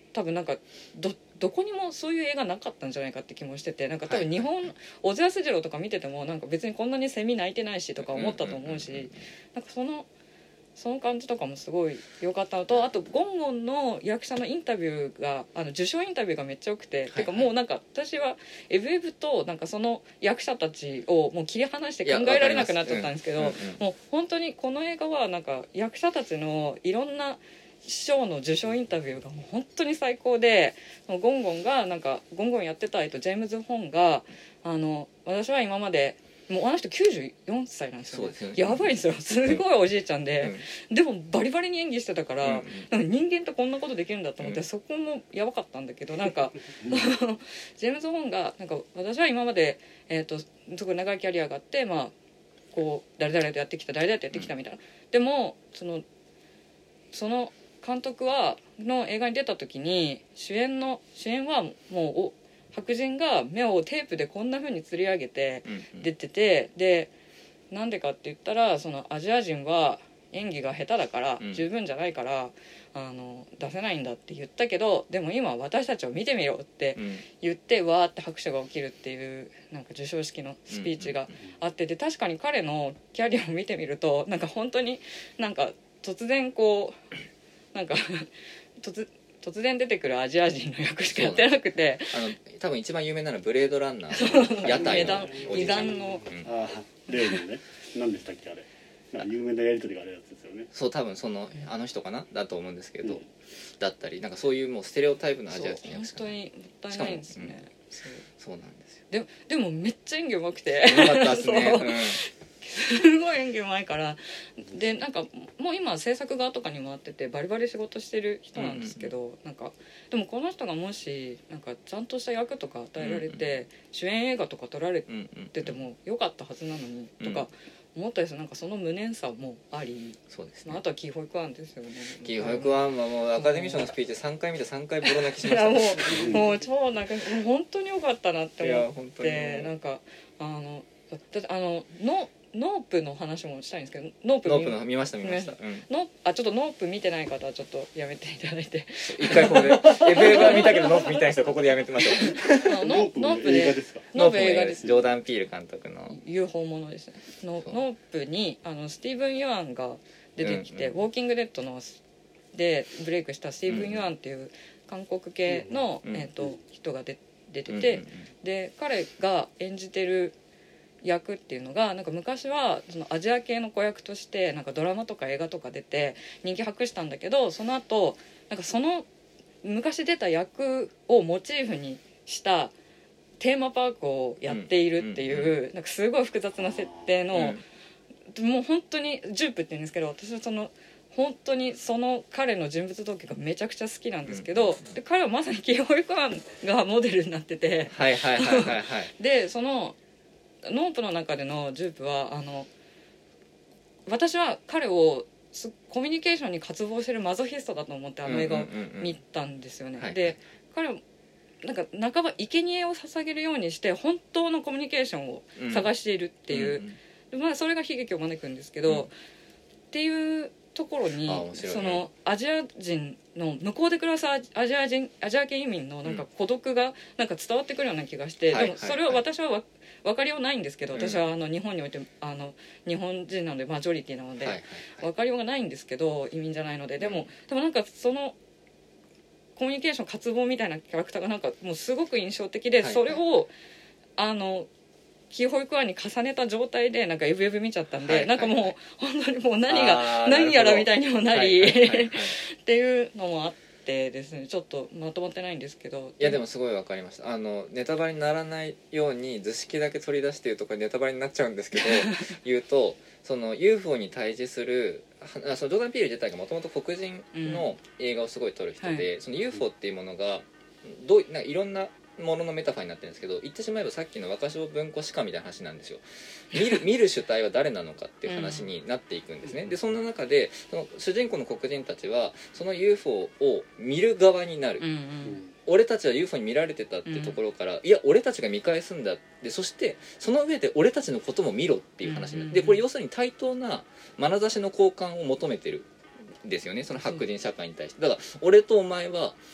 多分なんかどどこにもそういう映画なかったんじゃないかって気もしてて、なんか多分日本、はい、小津安二郎とか見ててもなんか別にこんなにセミ鳴いてないしとか思ったと思うし、なんかそのその感じとかもすごい良かったのと、あとゴンゴンの役者のインタビューがあの受賞インタビューがめっちゃ良くて、はいはい、てかもうなんか私はエブエブとなんかその役者たちをもう切り離して考えられなくなっちゃったんですけど、うんうんうん、もう本当にこの映画はなんか役者たちのいろんな賞の受賞インタビューがもう本当に最高で、ゴンゴンがなんかゴンゴンやってた、えっと、ジェームズ・ホンがあの私は今までもうあの人きゅうじゅうよんさいなんですよね。そうですよね。やばいんですよ。すごいおじいちゃんで、うん、でもバリバリに演技してたから、うん、なんか人間ってこんなことできるんだと思って、うん、そこもやばかったんだけど、なんかジェームズ・ホンがなんか私は今まで、えーと、すごい長いキャリアがあって、まあこう誰々とやってきた誰々とやってきたみたいな、うん、でもそのその監督はの映画に出た時に主演の主演はもうお白人が目をテープでこんな風に吊り上げて出てて、うんうん、でなんでかって言ったらそのアジア人は演技が下手だから、うん、十分じゃないからあの出せないんだって言ったけど、でも今私たちを見てみろって言って、うん、わーって拍手が起きるっていうなんか授賞式のスピーチがあって、で確かに彼のキャリアを見てみるとなんか本当になんか突然こうなんか突突然出てくるアジア人の役しかやってなくて、 あの多分一番有名なのはブレードランナーの屋台のおじちゃんの、 うん、あ例のね何でしたっけあれなんか有名なやり取りがあるやつですよね。 そう多分そのあの人かなだと思うんですけど、うん、だったりなんかそういうもうステレオタイプのアジア人の役しか本当にもったいないんですね、うん、 そうそうなんですよ。 ででもめっちゃ演技うまくてうまかったですね、うんすごい演技うまいからで、なんかもう今制作側とかに回っててバリバリ仕事してる人なんですけど、うんうんうん、なんかでもこの人がもしなんかちゃんとした役とか与えられて、うんうん、主演映画とか撮られててもよかったはずなのに、うんうん、とか思ったりする。なんかその無念さもあり、 そうですね、 まあ、あとはキーホイクワンですよね。 キーホイクワンはもうアカデミー賞のスピーチさんかい見てさんかいボロ泣きしましたいやもうもう超なんかもう本当によかったなって思って、なんかあのだってあののノープの話もしたいんですけど、ノープ見, ノープの見ました見ました、うん、 ノあちょっとノープ見てない方はちょっとやめていただいて一回ここでエブエブは見たけどノープ見たい人はここでやめてましょうノープの映画ですか。 ノープの映画です。ジョーダン・ピール監督のユーフォー ものですね。ノープにあのスティーブン・ユアンが出てきて、うんうん、ウォーキングデッドのでブレイクしたスティーブン・ユアンっていう韓国系の、うんうん、えー、と人が出てて、うんうんうん、で彼が演じてる役っていうのがなんか昔はそのアジア系の子役としてなんかドラマとか映画とか出て人気博したんだけど、その後なんかその昔出た役をモチーフにしたテーマパークをやっているっていう、うんうんうん、なんかすごい複雑な設定の、うん、もう本当にジュープって言うんですけど、私はその本当にその彼の人物動機がめちゃくちゃ好きなんですけど、うん、で彼はまさにキーホイクワンがモデルになってて、 はいはいはいはい、はい、 でそのノープの中でのジュープはあの私は彼をコミュニケーションに渇望してるマゾヒストだと思ってあの映画を見たんですよね、うんうんうんうん、で彼はなんか半ば生贄を捧げるようにして本当のコミュニケーションを探しているっていう、うんうんうん、まあ、それが悲劇を招くんですけど、うん、っていうところに、ね、そのアジア人の向こうで暮らすアジア人アジア系移民のなんか孤独がなんか伝わってくるような気がして、うん、でもそれは私は分かりようないんですけど、私はあの日本においてあの日本人なのでマジョリティなので分かりようがないんですけど、移民じゃないので、でもでもなんかそのコミュニケーション渇望みたいなキャラクターがなんかもうすごく印象的で、それをあのキーホイクワンに重ねた状態でなんかエブエブ見ちゃったんで、はいはいはい、なんかもう本当にもう何が何やらみたいにもなり、はいはいはいはい、っていうのもあってですね、ちょっとまとまってないんですけど、 いやでもすごい分かりました。あのネタバレにならないように図式だけ取り出していうところネタバレになっちゃうんですけど言うとその ユーフォー に対峙するそのジョーダン・ピール自体がもともと黒人の映画をすごい撮る人で、うんはい、その ユーフォー っていうものがどうなんかいろんなもののメタファーになってるんですけど、言ってしまえばさっきの若小文庫史家みたいな話なんですよ。見る見る主体は誰なのかっていう話になっていくんですね。でそんな中でその主人公の黒人たちはその ユーフォー を見る側になる、うんうん、俺たちは ユーフォー に見られてたってところから、うん、いや俺たちが見返すんだ。でそしてその上で俺たちのことも見ろっていう話になって、でこれ要するに対等な眼差しの交換を求めてるんですよね、その白人社会に対して。だから俺とお前は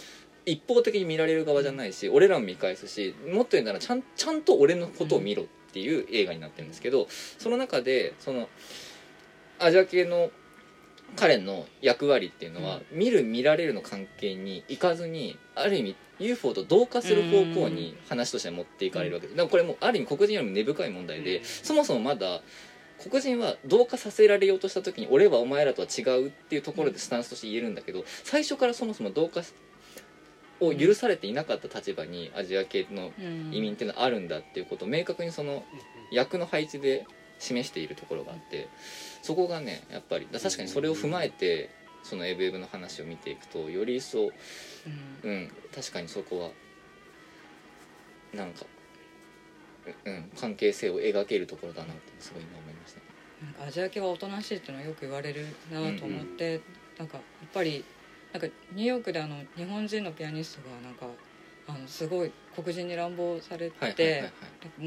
一方的に見られる側じゃないし、俺らも見返すし、もっと言うならちゃんちゃんと俺のことを見ろっていう映画になってるんですけど、その中でそのアジア系の彼の役割っていうのは、見る見られるの関係にいかずに、ある意味 ユーフォー と同化する方向に話として持っていかれるわけです。だからこれもある意味黒人よりも根深い問題で、そもそもまだ黒人は同化させられようとした時に俺はお前らとは違うっていうところでスタンスとして言えるんだけど、最初からそもそも同化を許されていなかった立場にアジア系の移民っていうのはあるんだっていうことを明確にその役の配置で示しているところがあって、そこがねやっぱり確かにそれを踏まえてそのエブエブの話を見ていくとより一層、うん、うん、確かにそこはなんか、うん、関係性を描けるところだなってすごい今思いましたね。 なんかアジア系はおとなしいっていうのはよく言われるなと思って、うんうん、なんかやっぱりなんかニューヨークであの日本人のピアニストがなんかあのすごい黒人に乱暴されて、はいはいはいはい、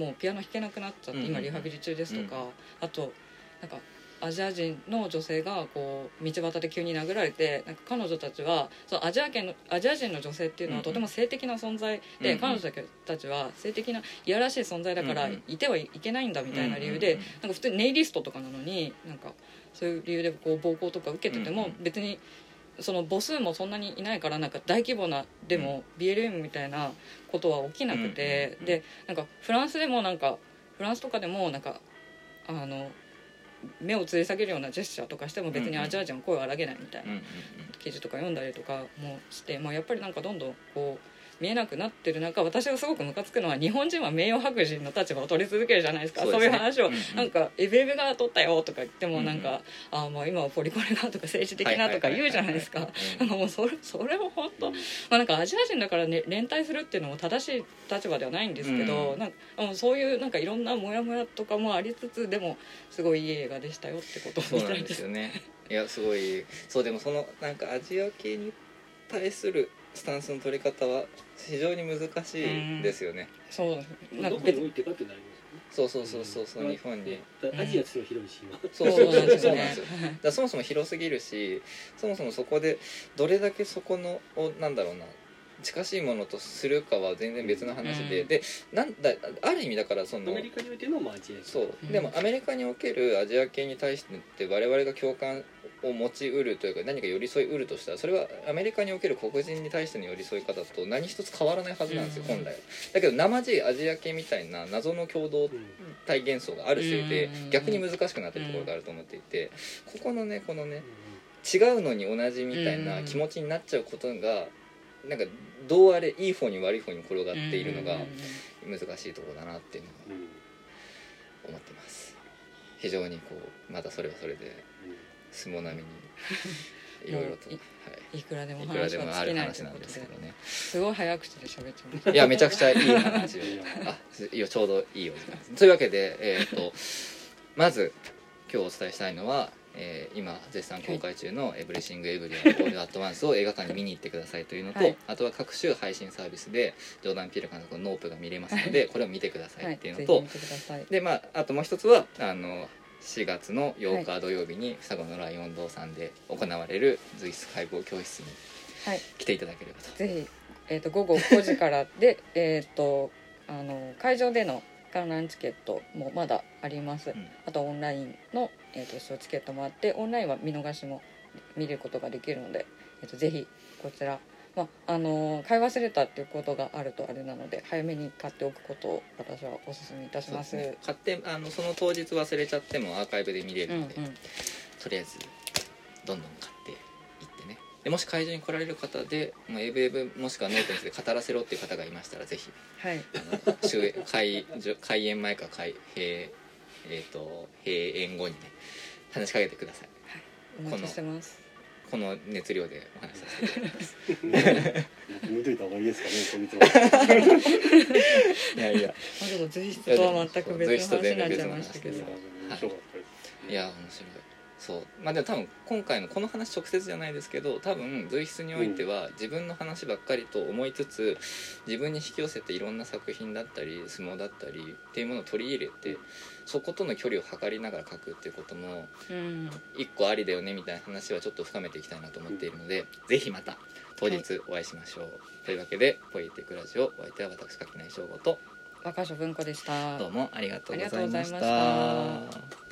もうピアノ弾けなくなっちゃって、うんうん、今リハビリ中ですとか、うん、あとなんかアジア人の女性がこう道端で急に殴られて、なんか彼女たちはそのアジア圏のアジア人の女性っていうのはとても性的な存在で、うんうん、彼女たちは性的ないやらしい存在だからいてはいけないんだみたいな理由で、うんうん、なんか普通にネイリストとかなのになんかそういう理由でこう暴行とか受けてても別にその母数もそんなにいないから、なんか大規模なでも ビーエルエム みたいなことは起きなくて、でなんかフランスでもなんかフランスとかでもなんかあの目を吊り下げるようなジェスチャーとかしても別にアジア人は声を荒げないみたいな記事とか読んだりとかもして、まあ、やっぱりなんかどんどんこう見えなくなってる中、私がすごくムカつくのは日本人は名誉白人の立場を取り続けるじゃないですか。 そうですね、そういう話を、うんうん、なんかエブエブが取ったよとか言ってもなんか、うんうん、あまあ今はポリコレがとか政治的なとか言うじゃないですか。もうそれそれも本当、まあ、なんかアジア人だから、ね、連帯するっていうのも正しい立場ではないんですけど、うん、なんかもうそういうなんかいろんなモヤモヤとかもありつつ、でもすごいいい映画でしたよってことを言いたいです。 そうなんですよね。いやすごいそう、でもそのなんかアジア系に対するスタンスの取り方は非常に難しいですよね。 うん、そうなんかどこに置いてかってなりますね。そうそうそうそうそう、うん、日本にアジアって広いし今、 そうそうなんですよね。だそもそも広すぎるし、そもそもそこでどれだけそこのをなんだろうな近しいものとするかは全然別の話で、うん、でなんだある意味だからそのアメリカにおいてのアジア系、 そう、うん、でもアメリカにおけるアジア系に対して我々が共感を持ちうるというか何か寄り添いうるとしたら、それはアメリカにおける黒人に対しての寄り添い方と何一つ変わらないはずなんですよ、うん、本来は。だけど生地アジア系みたいな謎の共同体幻想があるせいで逆に難しくなってるところがあると思っていて、ここのねこのね違うのに同じみたいな気持ちになっちゃうことがなんかどうあれいい方に悪い方に転がっているのが難しいところだなっていうのは思ってます。非常にこうまたそれはそれで相撲並みにいろいろと、はい、 いくらでも話は尽きないということで、すごい早口で喋っちゃいました。 いやめちゃくちゃいい話をあいやちょうどいいお時間です。というわけで、えー、とまず今日お伝えしたいのは、えー、今絶賛公開中のエブリシングエブリアンオールアットワンスを映画館に見に行ってくださいというのと、はい、あとは各種配信サービスでジョーダン・ピール監督のノープが見れますので、これを見てくださいっていうのと、はい、でまああともう一つはあのしがつのようか土曜日に双子のライオン堂さんで行われる随筆解剖教室に来ていただければと、 はい、ぜひ、えー、と午後ごじからでえとあの会場での観覧チケットもまだあります、うん、あとオンラインの、えー、と視聴チケットもあって、オンラインは見逃しも見ることができるので、えー、とぜひこちら、まああのー、買い忘れたっていうことがあるとあれなので早めに買っておくことを私はお勧めいたします。 ね、買ってあのその当日忘れちゃってもアーカイブで見れるので、うんうん、とりあえずどんどん買っていってね。でもし会場に来られる方でもうエブエブもしくはノートについて語らせろっていう方がいましたらぜひ、 はい、 あの終開, 開演前か開閉、えー、と閉演後にね話しかけてください。 はい、お待ちしてます。 この熱量でお話しさせていただきます。 見といた方がいいですかね、こいつは。 いやいや、 まあ、でも随筆とは全く別の話になっちゃいましたけど。 いや面白い。 そうまあでも多分今回のこの話直接じゃないですけど、多分随筆においては自分の話ばっかりと思いつつ、自分に引き寄せていろんな作品だったり相撲だったりっていうものを取り入れて、そことの距離を測りながら書くっていうことも一個ありだよねみたいな話はちょっと深めていきたいなと思っているので、ぜひまた当日お会いしましょう、はい、というわけでポエティックラジオ、お相手は私垣内翔吾と若所文庫でした。 どうもありがとうございました。 ありがとうございました。